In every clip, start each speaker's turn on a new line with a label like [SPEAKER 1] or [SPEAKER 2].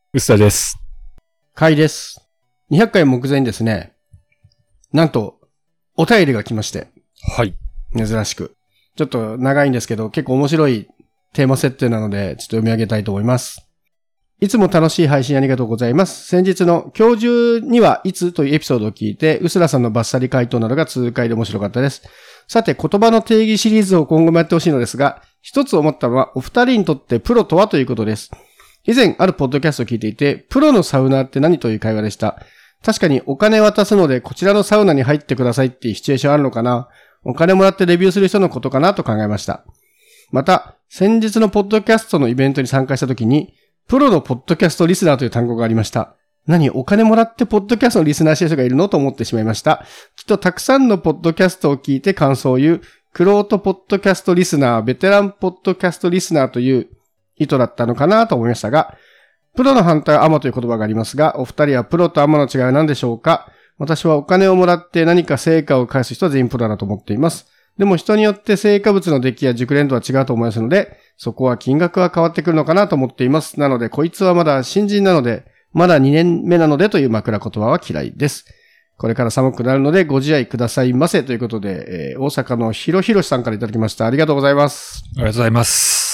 [SPEAKER 1] 薄田です。
[SPEAKER 2] 甲斐です。200回目前にですね、なんと、お便りが来まして。
[SPEAKER 1] はい。
[SPEAKER 2] 珍しく。ちょっと長いんですけど、結構面白いテーマ設定なので、ちょっと読み上げたいと思います。いつも楽しい配信ありがとうございます。先日の今日中にはいつというエピソードを聞いて、薄田さんのバッサリ回答などが痛快で面白かったです。さて、言葉の定義シリーズを今後もやってほしいのですが、一つ思ったのは、お二人にとってプロとはということです。以前、あるポッドキャストを聞いていて、プロのサウナーって何という会話でした。確かにお金渡すので、こちらのサウナに入ってくださいっていうシチュエーションあるのかな。お金もらってレビューする人のことかなと考えました。また、先日のポッドキャストのイベントに参加したときに、プロのポッドキャストリスナーという単語がありました。何、お金もらってポッドキャストのリスナーしてる人がいるのと思ってしまいました。きっとたくさんのポッドキャストを聞いて感想を言う、クロートポッドキャストリスナー、ベテランポッドキャストリスナーという意図だったのかなと思いましたが、プロの反対はアマという言葉がありますが、お二人はプロとアマの違いは何でしょうか？私はお金をもらって何か成果を返す人は全員プロだと思っています。でも人によって成果物の出来や熟練度は違うと思いますので、そこは金額は変わってくるのかなと思っています。なので、こいつはまだ新人なので、まだ2年目なのでという枕言葉は嫌いです。これから寒くなるのでご自愛くださいませということで、大阪のひろひろしさんからいただきました。ありがとうございます。
[SPEAKER 1] ありがとうございます。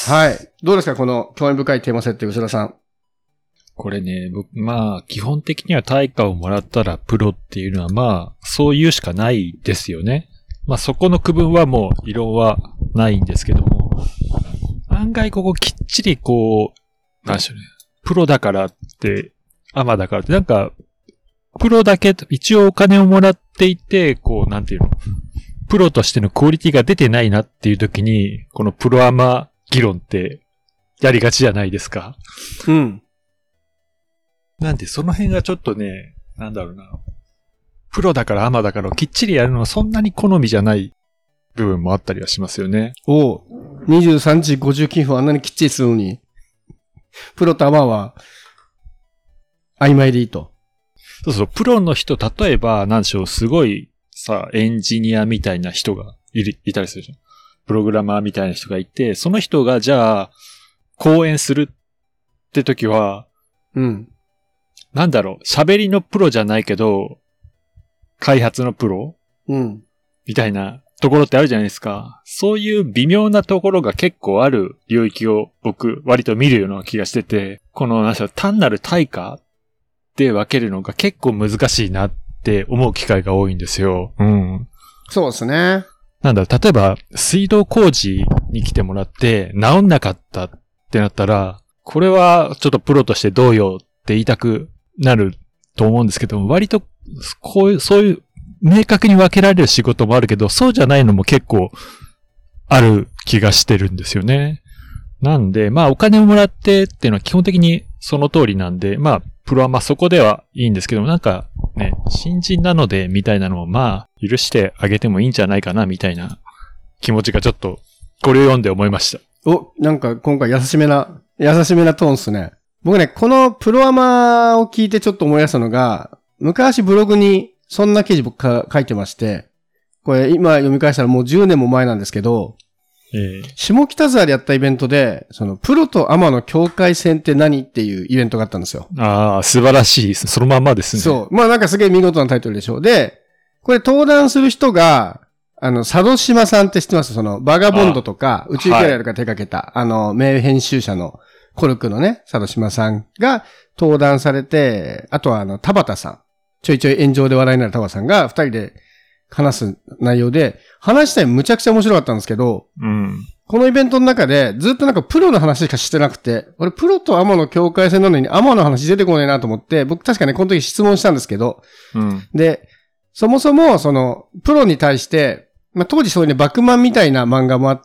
[SPEAKER 2] はい。どうですかこの興味深いテーマ設定、薄田さん。
[SPEAKER 1] これね、基本的には対価をもらったらプロっていうのはそう言うしかないですよね。そこの区分はもう異論はないんですけども、案外ここきっちりなんでしょうね。プロだからって、アマだからって、なんか、プロだけ、一応お金をもらっていて、なんていうの、プロとしてのクオリティが出てないなっていう時に、このプロアマ議論ってやりがちじゃないですか。
[SPEAKER 2] うん。
[SPEAKER 1] なんでその辺がちょっとね、プロだからアマだからきっちりやるのはそんなに好みじゃない部分もあったりはしますよね。
[SPEAKER 2] おう。23時59分あんなにきっちりするのに、プロとアマは曖昧でいいと。
[SPEAKER 1] そうそう、プロの人、例えば、すごいエンジニアみたいな人がいたりするじゃん。プログラマーみたいな人がいて、その人がじゃあ、講演するって時は、
[SPEAKER 2] うん。
[SPEAKER 1] 喋りのプロじゃないけど、開発のプロ
[SPEAKER 2] うん。
[SPEAKER 1] みたいなところってあるじゃないですか。そういう微妙なところが結構ある領域を僕、割と見るような気がしてて、この単なる対価で分けるのが結構難しいなって思う機会が多いんですよ。うん。
[SPEAKER 2] そうですね。
[SPEAKER 1] 例えば、水道工事に来てもらって治んなかったってなったら、これはちょっとプロとしてどうよって言いたくなると思うんですけども、割とそういう明確に分けられる仕事もあるけど、そうじゃないのも結構ある気がしてるんですよね。なんで、お金をもらってっていうのは基本的にその通りなんで、プロはそこではいいんですけども、新人なのでみたいなのを許してあげてもいいんじゃないかなみたいな気持ちがちょっとこれを読んで思いました。
[SPEAKER 2] 今回優しめなトーンっすね。僕ね、このプロアマを聞いてちょっと思い出したのが、昔ブログにそんな記事僕書いてまして、これ今読み返したらもう10年も前なんですけど、下北沢でやったイベントで、プロとアマの境界線って何っていうイベントがあったんですよ。
[SPEAKER 1] ああ、素晴らしい。そのまんまですね。
[SPEAKER 2] そう。すげえ見事なタイトルでしょう。で、これ登壇する人が、佐渡島さんって知ってます？バガボンドとか、宇宙キャリアとか手掛けた、名編集者のコルクのね、佐渡島さんが登壇されて、あとは田畑さん。ちょいちょい炎上で笑いになる田畑さんが二人で話す内容で、話したいむちゃくちゃ面白かったんですけど、
[SPEAKER 1] うん、
[SPEAKER 2] このイベントの中でずっとプロの話しかしてなくて、俺プロとアマの境界線なのにアマの話出てこないなと思って、僕確かね、この時質問したんですけど、
[SPEAKER 1] うん、
[SPEAKER 2] で、そもそもプロに対して、当時そういうね、バックマンみたいな漫画もあって、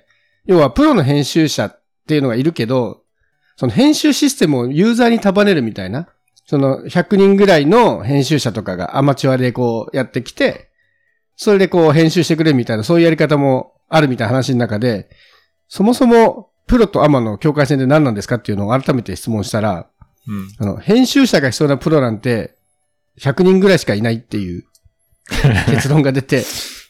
[SPEAKER 2] 要はプロの編集者っていうのがいるけど、その編集システムをユーザーに束ねるみたいな、100人ぐらいの編集者とかがアマチュアでやってきて、それで編集してくれるみたいな、そういうやり方もあるみたいな話の中で、そもそもプロとアマの境界線で何なんですかっていうのを改めて質問したら、編集者が必要なプロなんて100人ぐらいしかいないっていう結論が出て、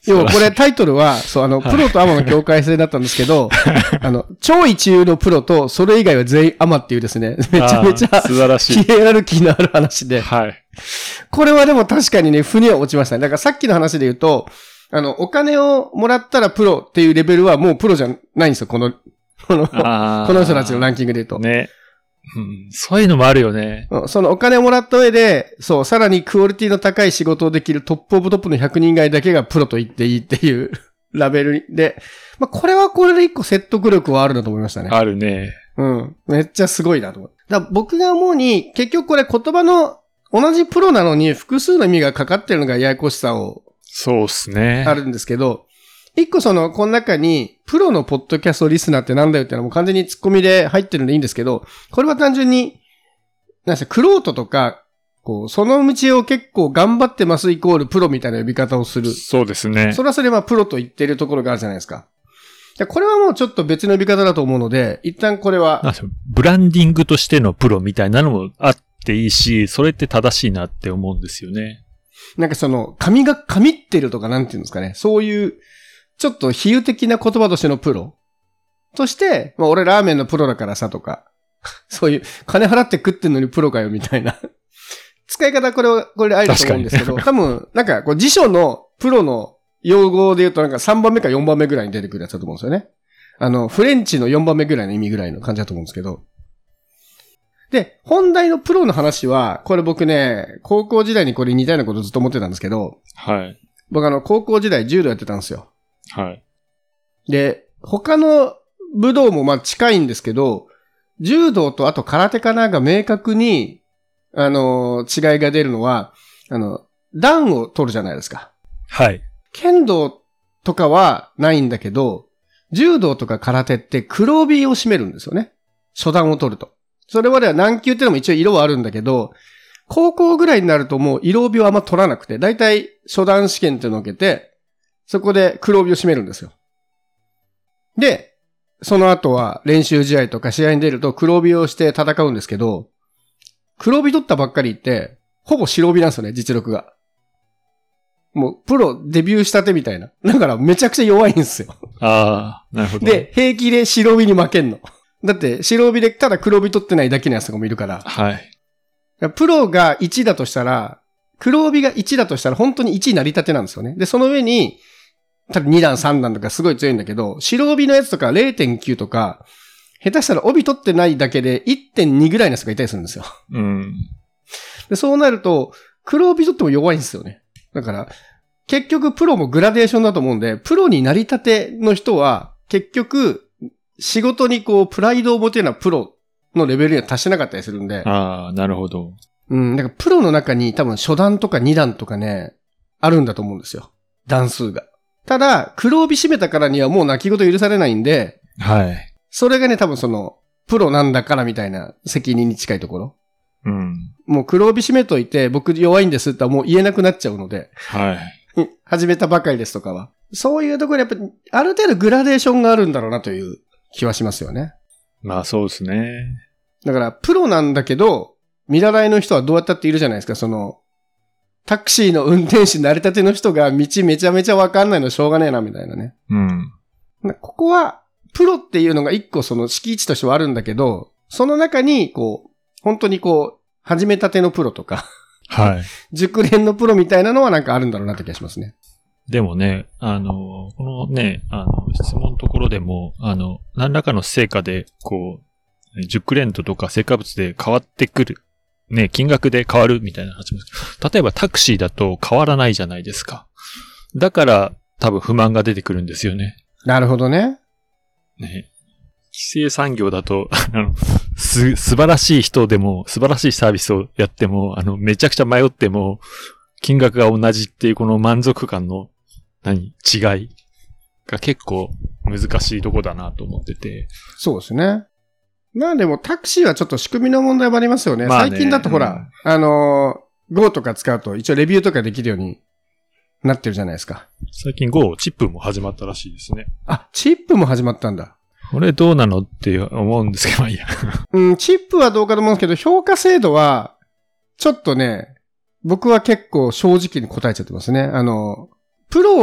[SPEAKER 2] 要はこれタイトルは、そう、プロとアマの境界線だったんですけど、超一流のプロと、それ以外は全員アマっていうですね、めちゃめちゃ、
[SPEAKER 1] 素晴らしい。
[SPEAKER 2] ヒエラルキーのある話で。
[SPEAKER 1] はい。
[SPEAKER 2] これはでも確かにね、腑には落ちましたね。だからさっきの話で言うと、お金をもらったらプロっていうレベルはもうプロじゃないんですよ、この人たちのランキングで言うと。
[SPEAKER 1] ね。うん、そういうのもあるよね。
[SPEAKER 2] そのお金をもらった上で、そう、さらにクオリティの高い仕事をできるトップオブトップの100人外だけがプロと言っていいっていうラベルで、まあ、これはこれで一個説得力はあるなと思いましたね。
[SPEAKER 1] あるね。
[SPEAKER 2] うん。めっちゃすごいなと思う。だから僕が思うに、結局これ言葉の同じプロなのに複数の意味がかかってるのがややこしさを。
[SPEAKER 1] そうっすね。
[SPEAKER 2] あるんですけど、一個この中に、プロのポッドキャストリスナーってなんだよってのはもう完全にツッコミで入ってるんでいいんですけど、これは単純に、クロートとか、その道を結構頑張ってますイコールプロみたいな呼び方をする。
[SPEAKER 1] そうですね。
[SPEAKER 2] それはそれはプロと言ってるところがあるじゃないですか。これはもうちょっと別の呼び方だと思うので、一旦これは。
[SPEAKER 1] ブランディングとしてのプロみたいなのもあっていいし、それって正しいなって思うんですよね。
[SPEAKER 2] 髪ってるとかなんていうんですかね。そういう、ちょっと比喩的な言葉としてのプロとして、まあ俺ラーメンのプロだからさとか、そういう金払って食ってんのにプロかよみたいな使い方これありだと思うんですけど、多分辞書のプロの用語で言うと3番目か4番目ぐらいに出てくるやつだと思うんですよね。フレンチの4番目ぐらいの意味ぐらいの感じだと思うんですけど。で、本題のプロの話は、これ僕ね、高校時代にこれ似たようなことずっと思ってたんですけど、
[SPEAKER 1] はい。
[SPEAKER 2] 僕高校時代柔道やってたんですよ。
[SPEAKER 1] はい。
[SPEAKER 2] で、他の武道もまあ近いんですけど、柔道とあと空手かなが明確に、違いが出るのは、段を取るじゃないですか。
[SPEAKER 1] はい。
[SPEAKER 2] 剣道とかはないんだけど、柔道とか空手って黒帯を締めるんですよね。初段を取ると。それまでは何級ってのも一応色はあるんだけど、高校ぐらいになるともう色帯をあんま取らなくて、だいたい初段試験っていうのを受けて、そこで黒帯を締めるんですよ。で、その後は練習試合とか試合に出ると黒帯をして戦うんですけど、黒帯取ったばっかりって、ほぼ白帯なんですよね、実力が。もう、プロデビューしたてみたいな。だからめちゃくちゃ弱いんですよ。
[SPEAKER 1] ああ、なるほど。
[SPEAKER 2] で、平気で白帯に負けんの。だって、白帯でただ黒帯取ってないだけのやつとかもいるから。
[SPEAKER 1] はい。
[SPEAKER 2] プロが1だとしたら、黒帯が1だとしたら本当に1になりたてなんですよね。で、その上に、多分2段3段とかすごい強いんだけど、白帯のやつとか 0.9 とか、下手したら帯取ってないだけで 1.2 ぐらいのやつがいたりするんですよ。
[SPEAKER 1] うん。
[SPEAKER 2] で、そうなると、黒帯取っても弱いんですよね。だから、結局プロもグラデーションだと思うんで、プロになりたての人は、結局、仕事にプライドを持てるようなプロのレベルには達しなかったりするんで。
[SPEAKER 1] ああ、なるほど。
[SPEAKER 2] うん、だからプロの中に多分初段とか2段とかね、あるんだと思うんですよ。段数が。ただ、黒帯締めたからにはもう泣き言許されないんで、
[SPEAKER 1] はい。
[SPEAKER 2] それがね、多分プロなんだからみたいな責任に近いところ。
[SPEAKER 1] うん。
[SPEAKER 2] もう黒帯締めといて、僕弱いんですってもう言えなくなっちゃうので。
[SPEAKER 1] はい。
[SPEAKER 2] 始めたばかりですとかは。そういうところやっぱり、ある程度グラデーションがあるんだろうなという気はしますよね。
[SPEAKER 1] まあそうですね。
[SPEAKER 2] だから、プロなんだけど、見習いの人はどうやったっているじゃないですか、タクシーの運転手慣れたての人が道めちゃめちゃわかんないのしょうがねえな、みたいなね。
[SPEAKER 1] うん。
[SPEAKER 2] ここは、プロっていうのが一個敷地としてはあるんだけど、その中に、本当に始めたてのプロとか、
[SPEAKER 1] はい。
[SPEAKER 2] 熟練のプロみたいなのはなんかあるんだろうなって気がしますね。
[SPEAKER 1] でもね、このね、質問のところでも、何らかの成果で、熟練度とか成果物で変わってくる。ね、金額で変わるみたいな話も。例えばタクシーだと変わらないじゃないですか。だから多分不満が出てくるんですよね。
[SPEAKER 2] なるほどね。
[SPEAKER 1] ね。規制産業だと、素晴らしい人でも、素晴らしいサービスをやっても、めちゃくちゃ迷っても、金額が同じっていうこの満足感の、違いが結構難しいとこだなと思ってて。
[SPEAKER 2] そうですね。まあでもタクシーはちょっと仕組みの問題もありますよね。まあね、最近だとほら、Go とか使うと一応レビューとかできるようになってるじゃないですか。
[SPEAKER 1] 最近 Go チップも始まったらしいですね。
[SPEAKER 2] あ、チップも始まったんだ。
[SPEAKER 1] これどうなのって思うんですけど、いや。
[SPEAKER 2] うん、チップはどうかと思うんですけど、評価制度は、ちょっとね、僕は結構正直に答えちゃってますね。プロ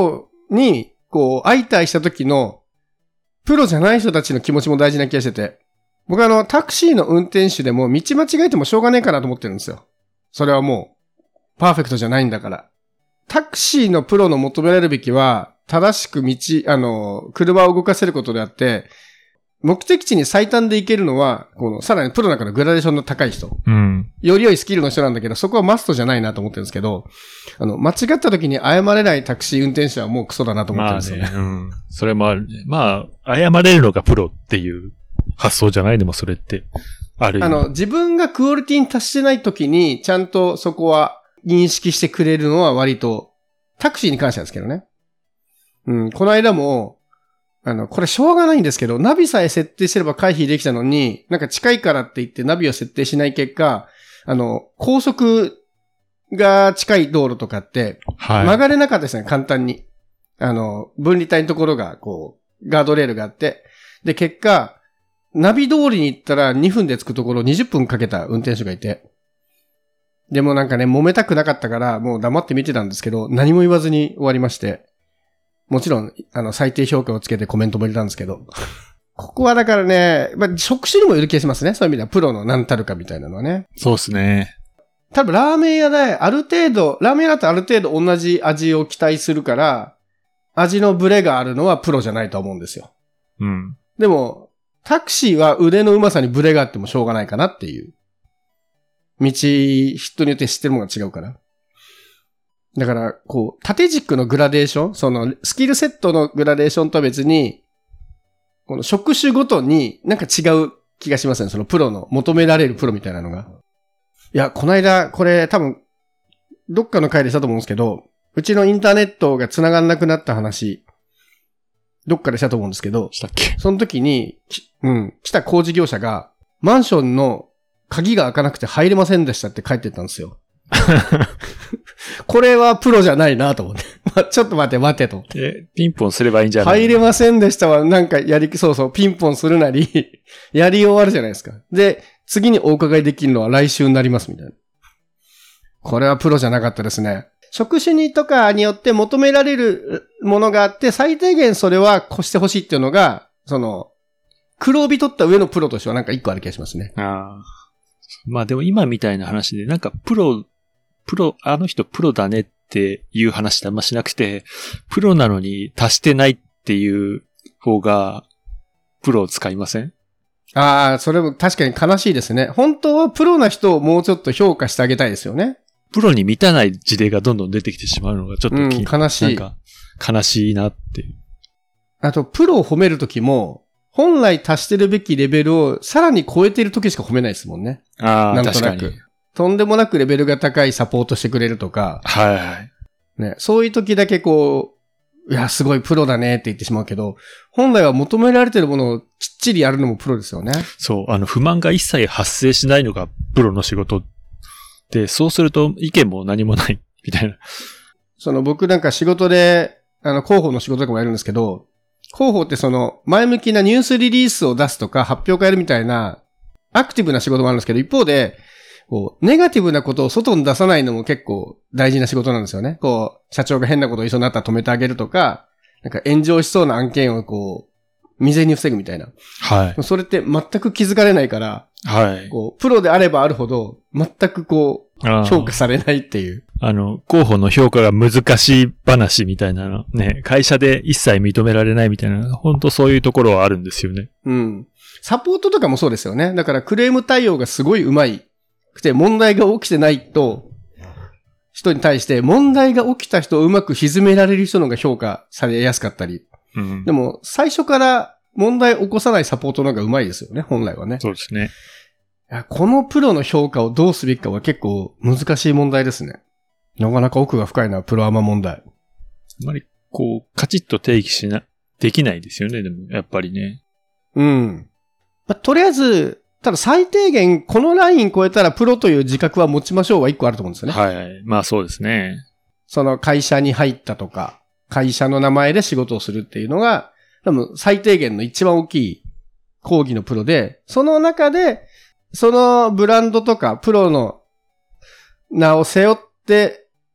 [SPEAKER 2] に、こう、相対した時の、プロじゃない人たちの気持ちも大事な気がしてて、僕はタクシーの運転手でも道間違えてもしょうがねえかなと思ってるんですよ。それはもう、パーフェクトじゃないんだから。タクシーのプロの求められるべきは、正しく車を動かせることであって、目的地に最短で行けるのは、さらにプロの中のグラデーションの高い人。
[SPEAKER 1] うん。
[SPEAKER 2] より良いスキルの人なんだけど、そこはマストじゃないなと思ってるんですけど、間違った時に謝れないタクシー運転手はもうクソだなと思ってるんですよね。
[SPEAKER 1] まあね。うん。それもあるね。まあ、謝れるのがプロっていう発想じゃないでもそれって、ある意味。
[SPEAKER 2] 自分がクオリティに達してない時に、ちゃんとそこは認識してくれるのは割と、タクシーに関してなんですけどね。うん、この間も、これしょうがないんですけど、ナビさえ設定してれば回避できたのに、なんか近いからって言ってナビを設定しない結果、高速が近い道路とかって、曲がれなかったですね、簡単に。分離帯のところが、ガードレールがあって。で、結果、ナビ通りに行ったら2分で着くところ20分かけた運転手がいて。でもなんかね、揉めたくなかったから、もう黙って見てたんですけど、何も言わずに終わりまして。もちろん、最低評価をつけてコメントも入れたんですけど。ここはだからね、職種にもよる気がしますね。そういう意味では、プロの何たるかみたいなのはね。
[SPEAKER 1] そうですね。
[SPEAKER 2] 多分、ラーメン屋で、ラーメン屋だとある程度同じ味を期待するから、味のブレがあるのはプロじゃないと思うんですよ。
[SPEAKER 1] うん。
[SPEAKER 2] でも、タクシーは腕のうまさにブレがあってもしょうがないかなっていう。人によって知ってるものが違うから。だから、縦軸のグラデーション、スキルセットのグラデーションとは別に、この職種ごとになんか違う気がしますね。そのプロの、求められるプロみたいなのが。いや、この間、これ多分、どっかの回でしたと思うんですけど、うちのインターネットが繋がんなくなった話、どっかでしたと思うんですけど、
[SPEAKER 1] したっけ？
[SPEAKER 2] その時に、来た工事業者が、マンションの鍵が開かなくて入れませんでしたって書いてたんですよ。これはプロじゃないなと思って。ちょっと待てと思って。
[SPEAKER 1] ピンポンすればいいんじゃない？
[SPEAKER 2] 入れませんでしたはなんかピンポンするなり、やり終わるじゃないですか。で、次にお伺いできるのは来週になりますみたいな。これはプロじゃなかったですね。職種にとかによって求められるものがあって、最低限それは越してほしいっていうのが、黒帯取った上のプロとしてはなんか一個ある気がしますね。
[SPEAKER 1] ああ。まあでも今みたいな話で、なんかあの人プロだねっていう話ってあんましなくて、プロなのに達してないっていう方が、プロを使いません？
[SPEAKER 2] ああ、それも確かに悲しいですね。本当はプロな人をもうちょっと評価してあげたいですよね。
[SPEAKER 1] プロに満たない事例がどんどん出てきてしまうのがちょっと
[SPEAKER 2] 悲しい。
[SPEAKER 1] なんか悲しいなっていう。
[SPEAKER 2] あと、プロを褒めるときも、本来達してるべきレベルをさらに超えているときしか褒めないですもんね。
[SPEAKER 1] ああ、
[SPEAKER 2] なんとなく。
[SPEAKER 1] 確かに。
[SPEAKER 2] とんでもなくレベルが高いサポートしてくれるとか。
[SPEAKER 1] はいはい。
[SPEAKER 2] ね、そういうときだけいや、すごいプロだねって言ってしまうけど、本来は求められてるものをきっちりやるのもプロですよね。
[SPEAKER 1] そう、不満が一切発生しないのがプロの仕事で、そうすると意見も何もないみたいな。
[SPEAKER 2] 僕なんか仕事で、広報の仕事とかもやるんですけど、広報って前向きなニュースリリースを出すとか発表会やるみたいな、アクティブな仕事もあるんですけど、一方で、ネガティブなことを外に出さないのも結構大事な仕事なんですよね。社長が変なことを言いそうになったら止めてあげるとか、なんか炎上しそうな案件を未然に防ぐみたいな。
[SPEAKER 1] はい。
[SPEAKER 2] それって全く気づかれないから、
[SPEAKER 1] はい。
[SPEAKER 2] プロであればあるほど、全く評価されないっていう。
[SPEAKER 1] 候補の評価が難しい話みたいなのね、会社で一切認められないみたいな、本当そういうところはあるんですよね。
[SPEAKER 2] うん。サポートとかもそうですよね。だからクレーム対応がすごい上手いくて、問題が起きてない人に対して問題が起きた人をうまく歪められる人の方が評価されやすかったり。
[SPEAKER 1] うん、
[SPEAKER 2] でも、最初から問題起こさないサポートの方が上手いですよね、本来はね。
[SPEAKER 1] そうですね。
[SPEAKER 2] いや、このプロの評価をどうすべきかは結構難しい問題ですね。なかなか奥が深いな、プロアマ問題。
[SPEAKER 1] あまりカチッと定義できないですよね、でも、やっぱりね。
[SPEAKER 2] うん。とりあえず、ただ最低限このライン超えたらプロという自覚は持ちましょうは一個あると思うんですよね。
[SPEAKER 1] はい。まあそうですね。
[SPEAKER 2] その会社に入ったとか、会社の名前で仕事をするっていうのが、多分最低限の一番大きい講義のプロで、その中で、そのブランドとかプロの名を背負って、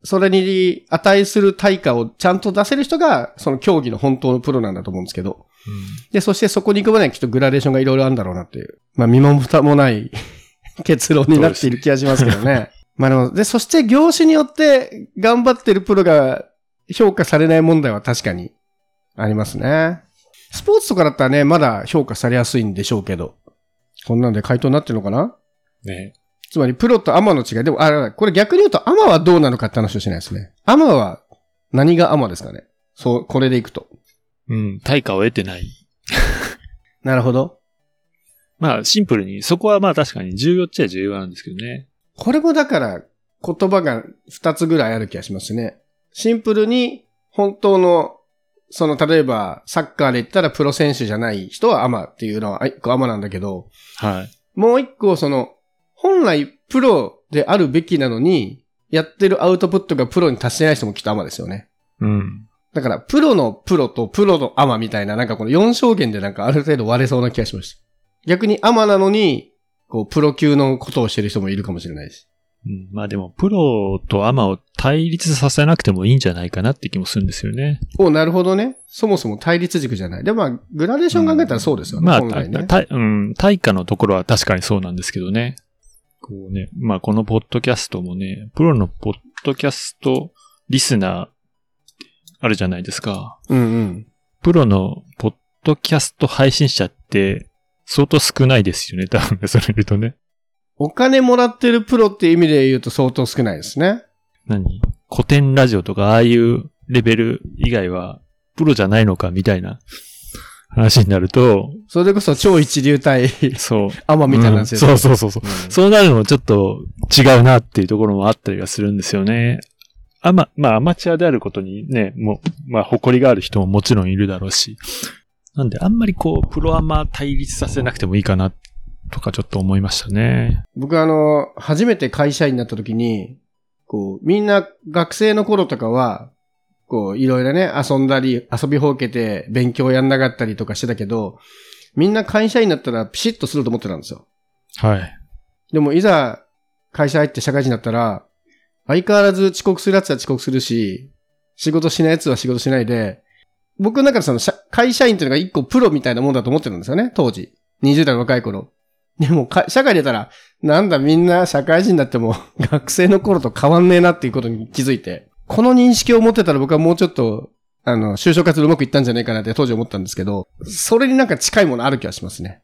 [SPEAKER 2] それに値する対価をちゃんと出せる人が、その競技の本当のプロなんだと思うんですけど。で、そしてそこに行くまでにきっとグラデーションがいろいろあるんだろうなっていう。まあ、身も蓋もない結論になっている気がしますけどね。まあでも、で、そして業種によって頑張ってるプロが評価されない問題は確かにありますね。スポーツとかだったらね、まだ評価されやすいんでしょうけど。こんなんで回答になってるのかな
[SPEAKER 1] ね。
[SPEAKER 2] つまりプロとアマの違い。でも、これ逆に言うとアマはどうなのかって話をしないですね。アマは何がアマですかね。そう、これでいくと。
[SPEAKER 1] 対価を得てない。
[SPEAKER 2] なるほど。
[SPEAKER 1] まあ、シンプルに、そこはまあ確かに重要っちゃ重要なんですけどね。
[SPEAKER 2] これもだから言葉が2つぐらいある気がしますね。シンプルに本当の、例えばサッカーで言ったらプロ選手じゃない人はアマっていうのは一個アマなんだけど、
[SPEAKER 1] はい。
[SPEAKER 2] もう一個本来プロであるべきなのに、やってるアウトプットがプロに達してない人もきっとアマですよね。だから、プロのプロとプロのアマみたいな、なんかこの4証言でなんかある程度割れそうな気がしました。逆にアマなのに、プロ級のことをしてる人もいるかもしれないし。
[SPEAKER 1] まあでも、プロとアマを対立させなくてもいいんじゃないかなって気もするんですよね。
[SPEAKER 2] なるほどね。そもそも対立軸じゃない。でもまあ、グラデーション考えたらそうですよね。
[SPEAKER 1] まあ、
[SPEAKER 2] 本来ね。
[SPEAKER 1] 対価のところは確かにそうなんですけどね。まあこのポッドキャストもね、プロのポッドキャストリスナーあるじゃないですか。プロのポッドキャスト配信者って相当少ないですよね、多分それ言うとね。
[SPEAKER 2] お金もらってるプロっていう意味で言うと相当少ないですね。
[SPEAKER 1] 古典ラジオとかああいうレベル以外はプロじゃないのかみたいな話になると。
[SPEAKER 2] それこそ超一流対
[SPEAKER 1] そう。
[SPEAKER 2] アマみたいな話ですね。
[SPEAKER 1] そう。そうなるのもちょっと違うなっていうところもあったりはするんですよね。まあアマチュアであることにね、まあ誇りがある人ももちろんいるだろうし。なんであんまりプロアマ対立させなくてもいいかなとかちょっと思いましたね。
[SPEAKER 2] 僕初めて会社員になった時に、みんな学生の頃とかは、いろいろね、遊んだり、遊びほうけて勉強やんなかったりとかしてたけど、みんな会社員になったらピシッとすると思ってたんですよ。
[SPEAKER 1] はい。
[SPEAKER 2] でもいざ会社入って社会人になったら、相変わらず遅刻するやつは遅刻するし、仕事しないやつは仕事しないで、僕の中で会社員っていうのが一個プロみたいなもんだと思ってるんですよね、当時。20代の若い頃。でも社会出たら、なんだみんな社会人になっても学生の頃と変わんねえなっていうことに気づいて、この認識を持ってたら僕はもうちょっと、就職活動うまくいったんじゃないかなって当時思ったんですけど、それになんか近いものある気がしますね。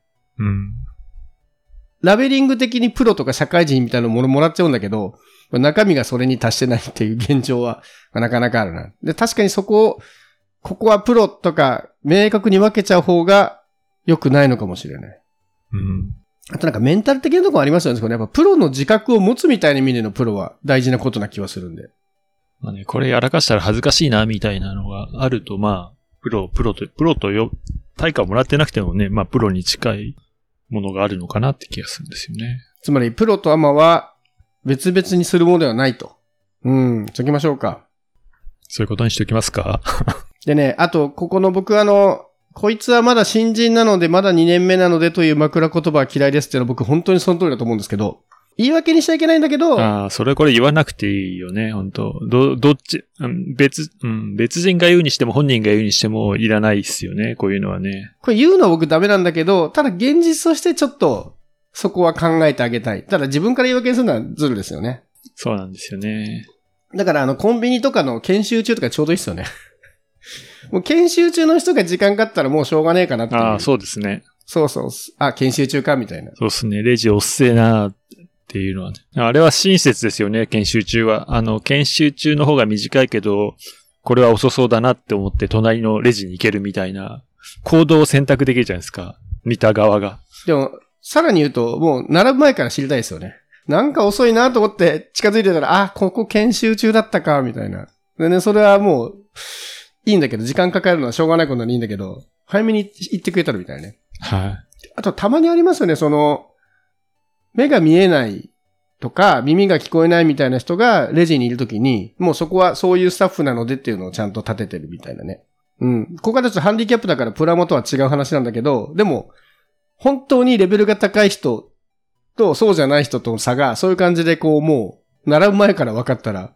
[SPEAKER 2] ラベリング的にプロとか社会人みたいなものもらっちゃうんだけど、中身がそれに達してないっていう現状はなかなかあるな。で、確かにここはプロとか明確に分けちゃう方が良くないのかもしれない。あとなんかメンタル的なところありますよね。やっぱプロの自覚を持つみたいな意味でのプロは大事なことな気はするんで。
[SPEAKER 1] まあね、これやらかしたら恥ずかしいなみたいなのがあると、まあ、プロと対価をもらってなくてもね、まあプロに近いものがあるのかなって気がするんですよね。
[SPEAKER 2] つまりプロとアマは別々にするものではないと。しときましょうか。
[SPEAKER 1] そういうことにしときますか。
[SPEAKER 2] でね、あと、ここの僕こいつはまだ新人なので、まだ2年目なのでという枕言葉は嫌いですっていうのは僕本当にその通りだと思うんですけど、言い訳にしちゃいけないんだけど。
[SPEAKER 1] これ言わなくていいよね、本当どっち、別人が言うにしても本人が言うにしてもいらないっすよね、こういうのはね。
[SPEAKER 2] これ言うのは僕ダメなんだけど、ただ現実としてちょっと、そこは考えてあげたい。ただ自分から言い訳にするのはズルですよね。
[SPEAKER 1] そうなんですよね。
[SPEAKER 2] だからコンビニとかの研修中とかちょうどいいっすよね。もう研修中の人が時間かかったらもうしょうがねえかなっていう。
[SPEAKER 1] そうですね。
[SPEAKER 2] そう。研修中かみたいな。
[SPEAKER 1] そうですね。レジおっせえなっていうのはね。あれは親切ですよね、研修中は。研修中の方が短いけど、これは遅そうだなって思って隣のレジに行けるみたいな行動を選択できるじゃないですか。見た側が。
[SPEAKER 2] でも、さらに言うと、もう並ぶ前から知りたいですよね。なんか遅いなと思って近づいてたら、ここ研修中だったか、みたいな。でね、それはもう、いいんだけど、時間かかるのはしょうがないことなのにいいんだけど、早めに行ってくれたらみたいなね。
[SPEAKER 1] はい。
[SPEAKER 2] あと、たまにありますよね、目が見えないとか、耳が聞こえないみたいな人がレジにいるときに、もうそこはそういうスタッフなのでっていうのをちゃんと立ててるみたいなね。ここはちょっとハンディキャップだからプラモとは違う話なんだけど、でも、本当にレベルが高い人とそうじゃない人との差が、そういう感じでもう、並ぶ前から分かったら、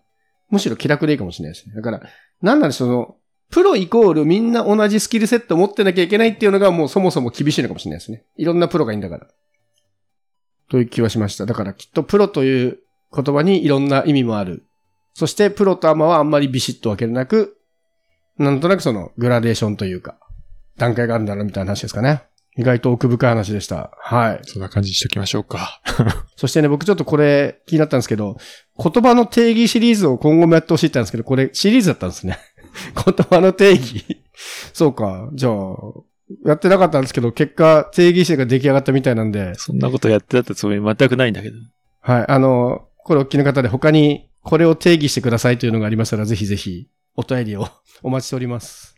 [SPEAKER 2] むしろ気楽でいいかもしれないですね。だから、なんならプロイコールみんな同じスキルセットを持ってなきゃいけないっていうのがもうそもそも厳しいのかもしれないですね。いろんなプロがいいんだから。という気はしました。だからきっとプロという言葉にいろんな意味もある。そしてプロとアマはあんまりビシッと分けるなく、なんとなくグラデーションというか、段階があるんだろうみたいな話ですかね。意外と奥深い話でした。はい。
[SPEAKER 1] そんな感じにしときましょうか。
[SPEAKER 2] そしてね、僕ちょっとこれ気になったんですけど、言葉の定義シリーズを今後もやってほしいって言ったんですけど、これシリーズだったんですね。言葉の定義。そうか。じゃあ、やってなかったんですけど、結果、定義詞が出来上がったみたいなんで。
[SPEAKER 1] そんなことやってたつもり全くないんだけど。
[SPEAKER 2] はい。これお聞きの方で他にこれを定義してくださいというのがありましたら、ぜひぜひお便りをお待ちしております。